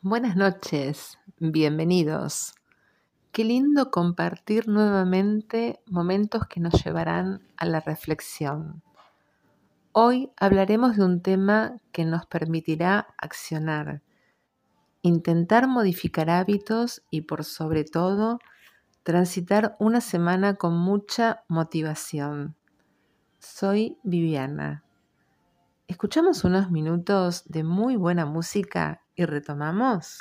Buenas noches, bienvenidos. Qué lindo compartir nuevamente momentos que nos llevarán a la reflexión. Hoy hablaremos de un tema que nos permitirá accionar, intentar modificar hábitos y por sobre todo transitar una semana con mucha motivación. Soy Viviana. ¿Escuchamos unos minutos de muy buena música y retomamos?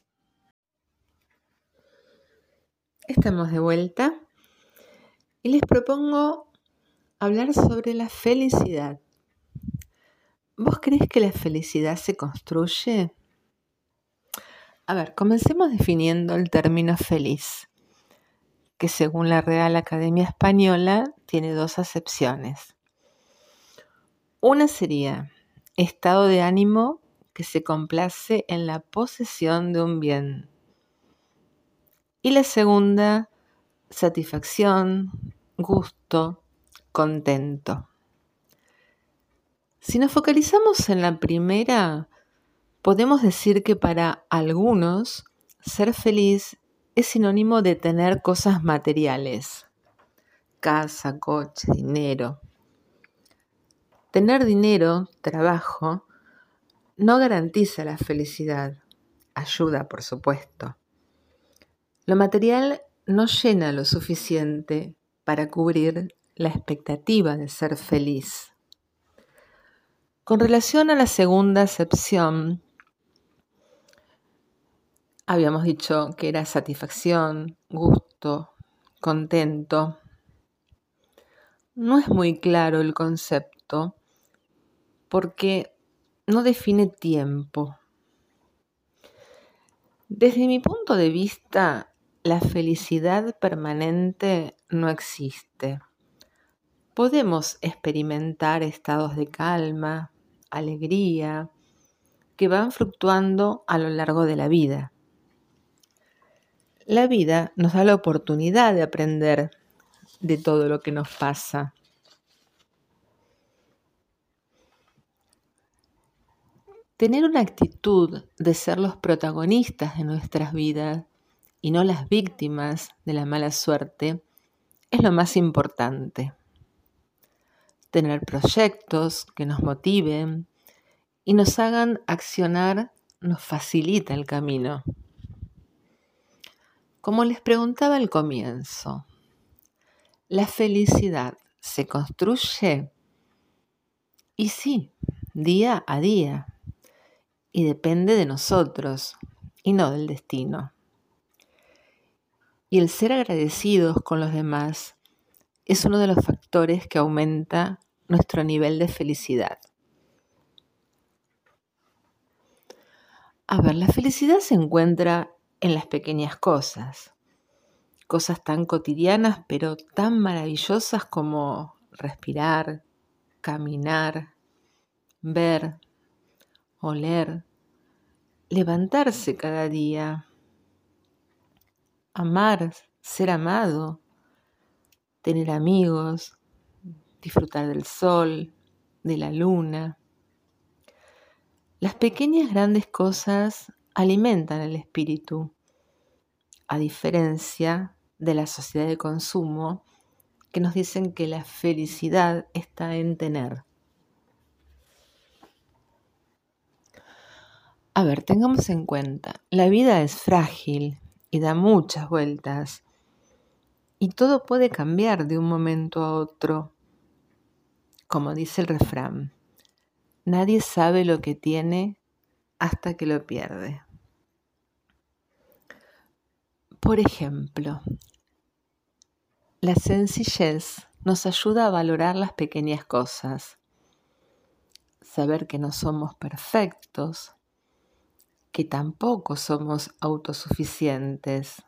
Estamos de vuelta y les propongo hablar sobre la felicidad. ¿Vos crees que la felicidad se construye? A ver, comencemos definiendo el término feliz, que según la Real Academia Española tiene dos acepciones. Una sería estado de ánimo que se complace en la posesión de un bien. Y la segunda, satisfacción, gusto, contento. Si nos focalizamos en la primera, podemos decir que para algunos ser feliz es sinónimo de tener cosas materiales, casa, coche, dinero. Tener dinero, trabajo, no garantiza la felicidad, ayuda por supuesto. Lo material no llena lo suficiente para cubrir la expectativa de ser feliz. Con relación a la segunda acepción, habíamos dicho que era satisfacción, gusto, contento. No es muy claro el concepto porque no define tiempo. Desde mi punto de vista, la felicidad permanente no existe. Podemos experimentar estados de calma, alegría, que van fluctuando a lo largo de la vida. La vida nos da la oportunidad de aprender de todo lo que nos pasa. Tener una actitud de ser los protagonistas de nuestras vidas y no las víctimas de la mala suerte es lo más importante. Tener proyectos que nos motiven y nos hagan accionar nos facilita el camino. Como les preguntaba al comienzo, ¿la felicidad se construye? Y sí, día a día. Y depende de nosotros y no del destino. Y el ser agradecidos con los demás es uno de los factores que aumenta nuestro nivel de felicidad. A ver, la felicidad se encuentra en las pequeñas cosas tan cotidianas pero tan maravillosas como respirar, caminar, ver, oler, levantarse cada día, amar, ser amado, tener amigos, disfrutar del sol, de la luna. Las pequeñas grandes cosas alimentan el espíritu, a diferencia de la sociedad de consumo que nos dicen que la felicidad está en tener. A ver, tengamos en cuenta, la vida es frágil y da muchas vueltas y todo puede cambiar de un momento a otro. Como dice el refrán, nadie sabe lo que tiene hasta que lo pierde. Por ejemplo, la sencillez nos ayuda a valorar las pequeñas cosas, saber que no somos perfectos, que tampoco somos autosuficientes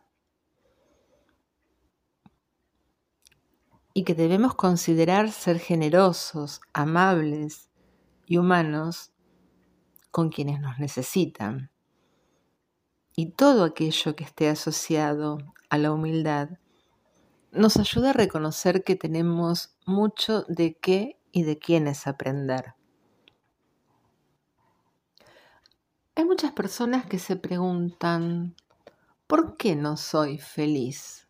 y que debemos considerar ser generosos, amables y humanos con quienes nos necesitan. Y todo aquello que esté asociado a la humildad nos ayuda a reconocer que tenemos mucho de qué y de quiénes aprender. Hay muchas personas que se preguntan, ¿por qué no soy feliz?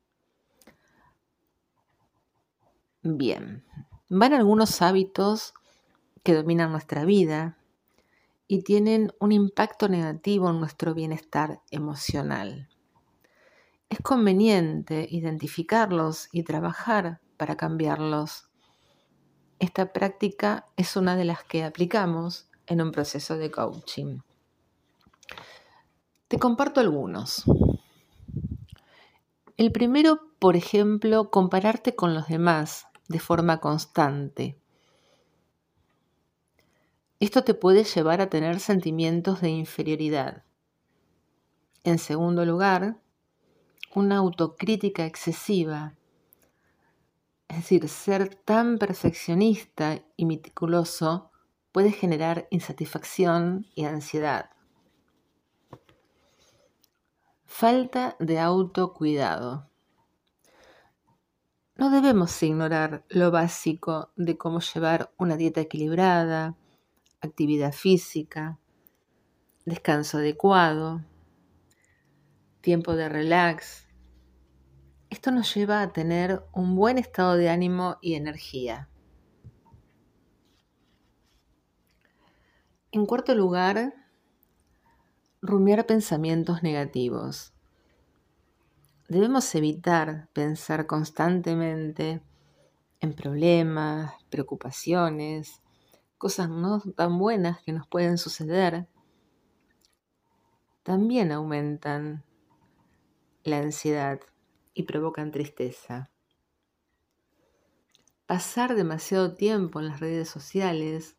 Bien, van algunos hábitos que dominan nuestra vida y tienen un impacto negativo en nuestro bienestar emocional. Es conveniente identificarlos y trabajar para cambiarlos. Esta práctica es una de las que aplicamos en un proceso de coaching. Te comparto algunos. El primero, por ejemplo, compararte con los demás de forma constante. Esto te puede llevar a tener sentimientos de inferioridad. En segundo lugar, una autocrítica excesiva. Es decir, ser tan perfeccionista y meticuloso puede generar insatisfacción y ansiedad. Falta de autocuidado. No debemos ignorar lo básico de cómo llevar una dieta equilibrada, actividad física, descanso adecuado, tiempo de relax. Esto nos lleva a tener un buen estado de ánimo y energía. En cuarto lugar, rumiar pensamientos negativos. Debemos evitar pensar constantemente en problemas, preocupaciones, cosas no tan buenas que nos pueden suceder. También aumentan la ansiedad y provocan tristeza. Pasar demasiado tiempo en las redes sociales,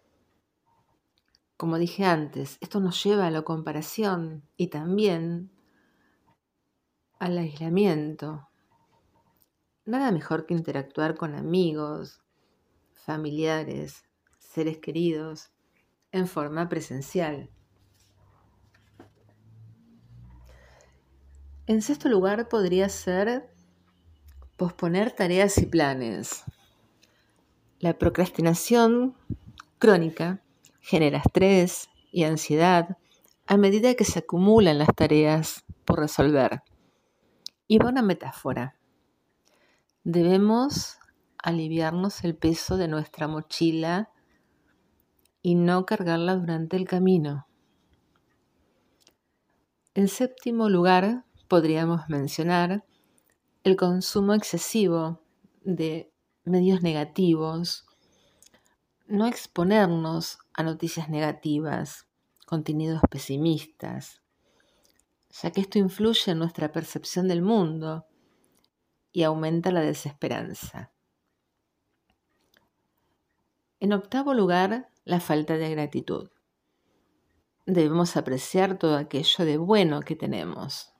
como dije antes, esto nos lleva a la comparación y también al aislamiento. Nada mejor que interactuar con amigos, familiares, seres queridos, en forma presencial. En sexto lugar, podría ser posponer tareas y planes. La procrastinación crónica genera estrés y ansiedad a medida que se acumulan las tareas por resolver. Y va una metáfora. Debemos aliviarnos el peso de nuestra mochila y no cargarla durante el camino. En séptimo lugar, podríamos mencionar el consumo excesivo de medios negativos, no exponernos a noticias negativas, contenidos pesimistas, ya que esto influye en nuestra percepción del mundo y aumenta la desesperanza. En octavo lugar, la falta de gratitud. Debemos apreciar todo aquello de bueno que tenemos.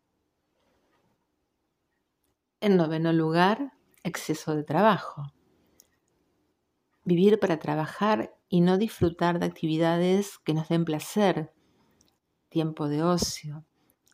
En noveno lugar, exceso de trabajo. Vivir para trabajar y no disfrutar de actividades que nos den placer, tiempo de ocio,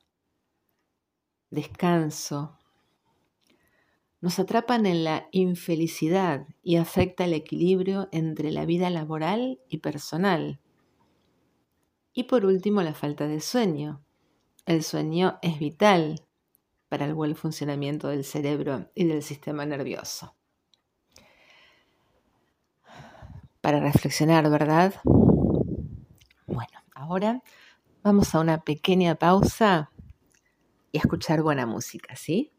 descanso, nos atrapan en la infelicidad y afecta el equilibrio entre la vida laboral y personal. Y por último, la falta de sueño. El sueño es vital para el buen funcionamiento del cerebro y del sistema nervioso. Para reflexionar, ¿verdad? Bueno, ahora vamos a una pequeña pausa y a escuchar buena música, ¿sí?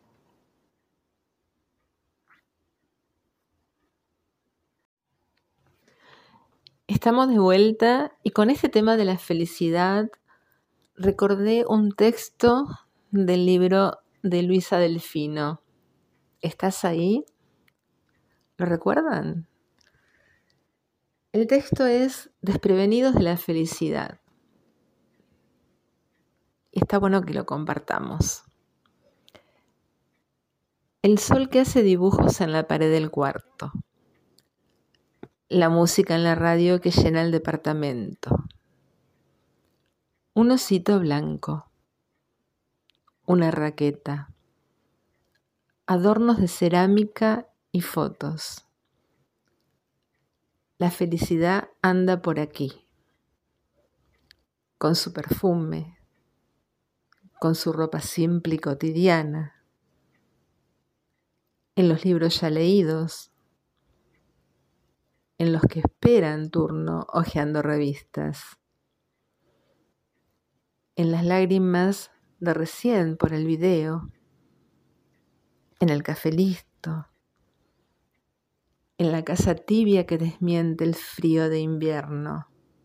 Estamos de vuelta y con este tema de la felicidad recordé un texto del libro de Luisa Delfino. ¿Estás ahí? ¿Lo recuerdan? El texto es Desprevenidos de la felicidad. Y está bueno que lo compartamos. El sol que hace dibujos en la pared del cuarto. La música en la radio que llena el departamento. Un osito blanco. Una raqueta. Adornos de cerámica y fotos. La felicidad anda por aquí. con su perfume, con su ropa simple y cotidiana, en los libros ya leídos, en los que esperan turno hojeando revistas, en las lágrimas de recién por el video, en el café listo, en la casa tibia que desmiente el frío de invierno.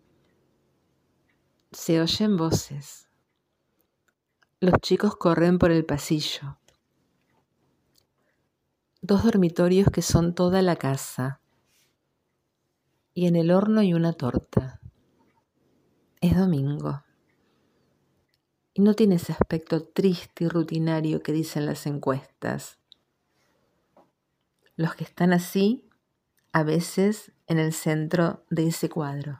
Se oyen voces. Los chicos corren por el pasillo. 2 dormitorios que son toda la casa. Y en el horno hay una torta. Es domingo. Y no tiene ese aspecto triste y rutinario que dicen las encuestas. Los que están así, a veces en el centro de ese cuadro.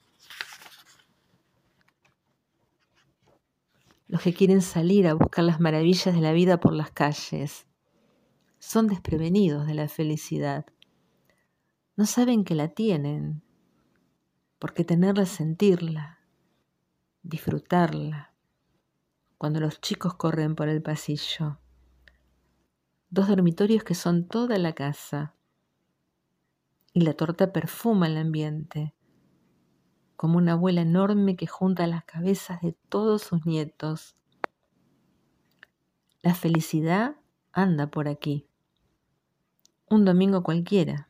Los que quieren salir a buscar las maravillas de la vida por las calles. Son desprevenidos de la felicidad. No saben que la tienen, porque tenerla es sentirla, disfrutarla. Cuando los chicos corren por el pasillo. 2 dormitorios que son toda la casa. Y la torta perfuma el ambiente, como una abuela enorme que junta las cabezas de todos sus nietos. La felicidad anda por aquí. Un domingo cualquiera.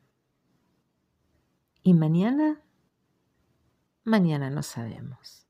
¿Y mañana? Mañana no sabemos.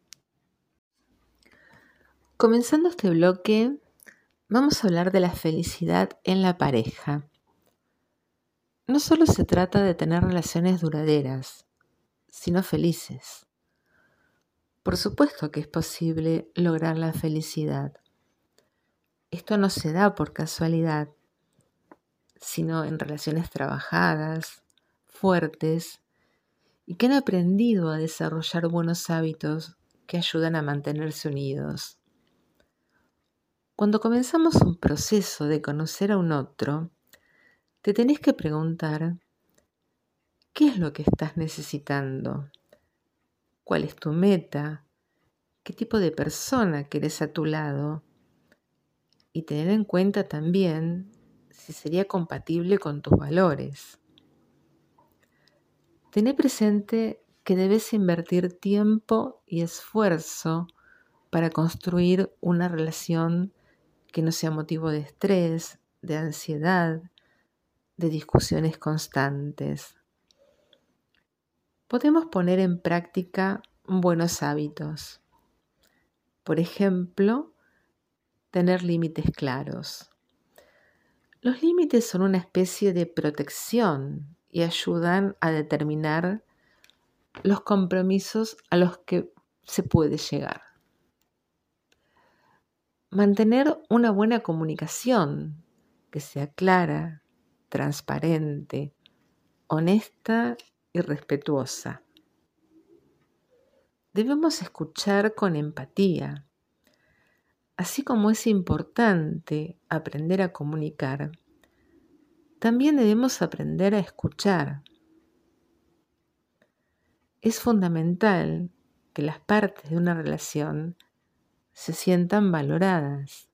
Comenzando este bloque, vamos a hablar de la felicidad en la pareja. No solo se trata de tener relaciones duraderas, sino felices. Por supuesto que es posible lograr la felicidad. Esto no se da por casualidad, sino en relaciones trabajadas, fuertes, y que han aprendido a desarrollar buenos hábitos que ayudan a mantenerse unidos. Cuando comenzamos un proceso de conocer a un otro, te tenés que preguntar, ¿qué es lo que estás necesitando? ¿Cuál es tu meta? ¿Qué tipo de persona querés a tu lado? Y tener en cuenta también si sería compatible con tus valores. Tené presente que debes invertir tiempo y esfuerzo para construir una relación que no sea motivo de estrés, de ansiedad, de discusiones constantes. Podemos poner en práctica buenos hábitos. Por ejemplo, tener límites claros. Los límites son una especie de protección y ayudan a determinar los compromisos a los que se puede llegar. Mantener una buena comunicación que sea clara, transparente, honesta y respetuosa. Debemos escuchar con empatía. Así como es importante aprender a comunicar, también debemos aprender a escuchar. Es fundamental que las partes de una relación se sientan valoradas.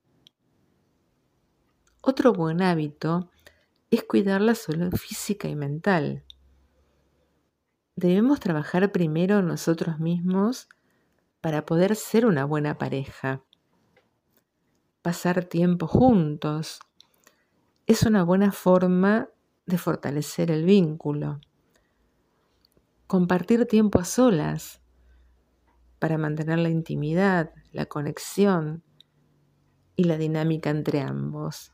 Otro buen hábito es cuidar la salud física y mental. Debemos trabajar primero nosotros mismos para poder ser una buena pareja. Pasar tiempo juntos es una buena forma de fortalecer el vínculo. Compartir tiempo a solas para mantener la intimidad, la conexión y la dinámica entre ambos.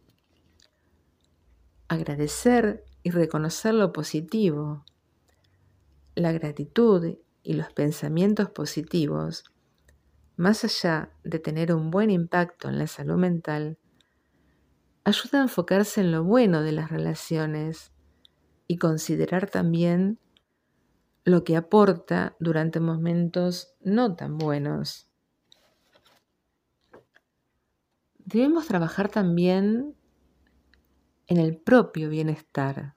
Agradecer y reconocer lo positivo. La gratitud y los pensamientos positivos, más allá de tener un buen impacto en la salud mental, ayuda a enfocarse en lo bueno de las relaciones y considerar también lo que aporta durante momentos no tan buenos. Debemos trabajar también en el propio bienestar,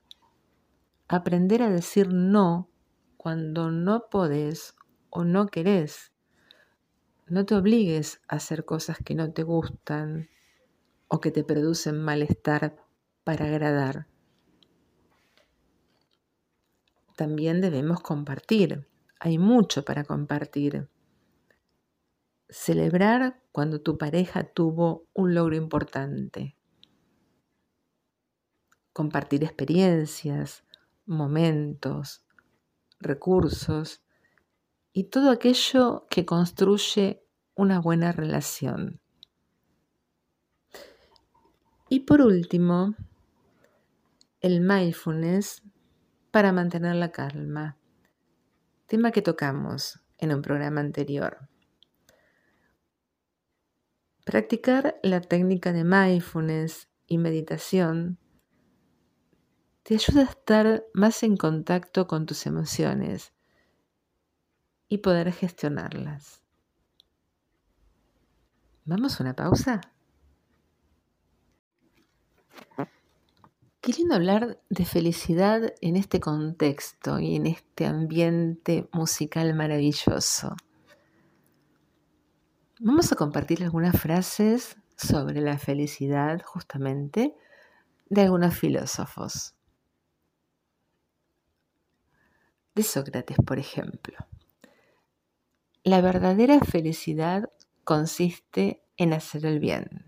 aprender a decir no cuando no podés o no querés, No te obligues a hacer cosas que no te gustan o que te producen malestar para agradar. También debemos compartir. Hay mucho para compartir. Celebrar cuando tu pareja tuvo un logro importante. Compartir experiencias, momentos, recursos y todo aquello que construye una buena relación. Y por último, el mindfulness para mantener la calma, tema que tocamos en un programa anterior. Practicar la técnica de mindfulness y meditación te ayuda a estar más en contacto con tus emociones y poder gestionarlas. ¿Vamos a una pausa? Qué lindo hablar de felicidad en este contexto y en este ambiente musical maravilloso. Vamos a compartir algunas frases sobre la felicidad, justamente, de algunos filósofos. De Sócrates, por ejemplo. La verdadera felicidad consiste en hacer el bien.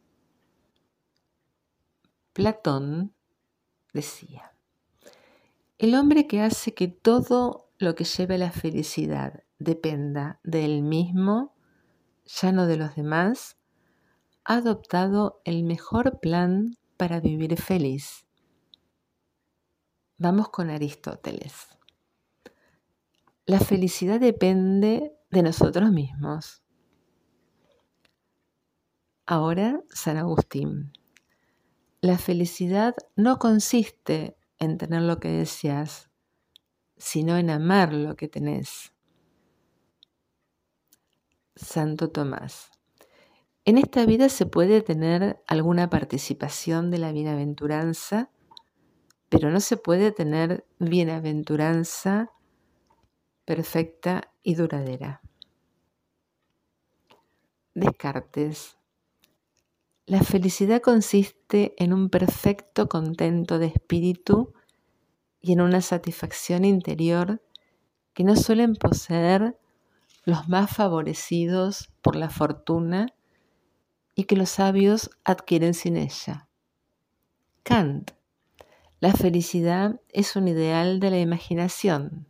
Platón decía, el hombre que hace que todo lo que lleve a la felicidad dependa de él mismo, ya no de los demás, ha adoptado el mejor plan para vivir feliz. Vamos con Aristóteles. La felicidad depende de nosotros mismos. Ahora, San Agustín. La felicidad no consiste en tener lo que deseas, sino en amar lo que tenés. Santo Tomás. En esta vida se puede tener alguna participación de la bienaventuranza, pero no se puede tener bienaventuranza perfecta y duradera. Descartes. La felicidad consiste en un perfecto contento de espíritu y en una satisfacción interior que no suelen poseer los más favorecidos por la fortuna y que los sabios adquieren sin ella. Kant. La felicidad es un ideal de la imaginación.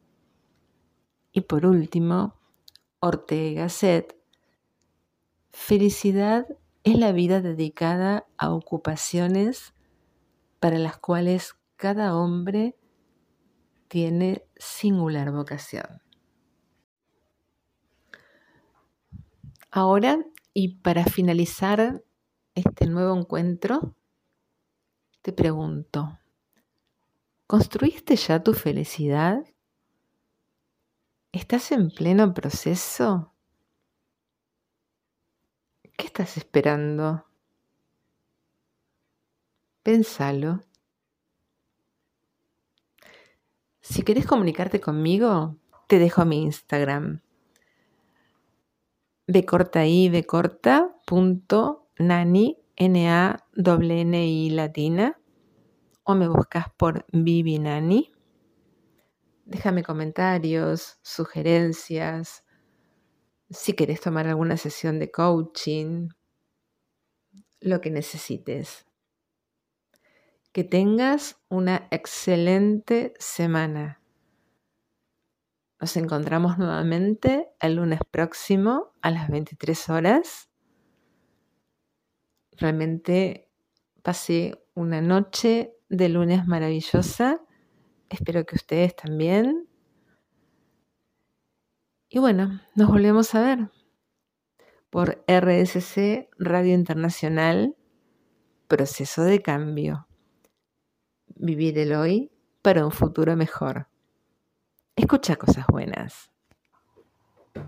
Y por último, Ortega y Gasset. Felicidad es la vida dedicada a ocupaciones para las cuales cada hombre tiene singular vocación. Ahora, y para finalizar este nuevo encuentro, te pregunto, ¿construiste ya tu felicidad? ¿Estás en pleno proceso? ¿Qué estás esperando? Pénsalo. Si querés comunicarte conmigo, te dejo mi Instagram. bcortai.nani, N-A-N-I latina, o me buscas por Vivi Nani. Déjame comentarios, sugerencias, si querés tomar alguna sesión de coaching, lo que necesites. Que tengas una excelente semana. Nos encontramos nuevamente el lunes próximo a las 23 horas. Realmente pasé una noche de lunes maravillosa. Espero que ustedes también. Y bueno, nos volvemos a ver por RSC Radio Internacional, Proceso de Cambio. Vivir el hoy para un futuro mejor. Escucha cosas buenas.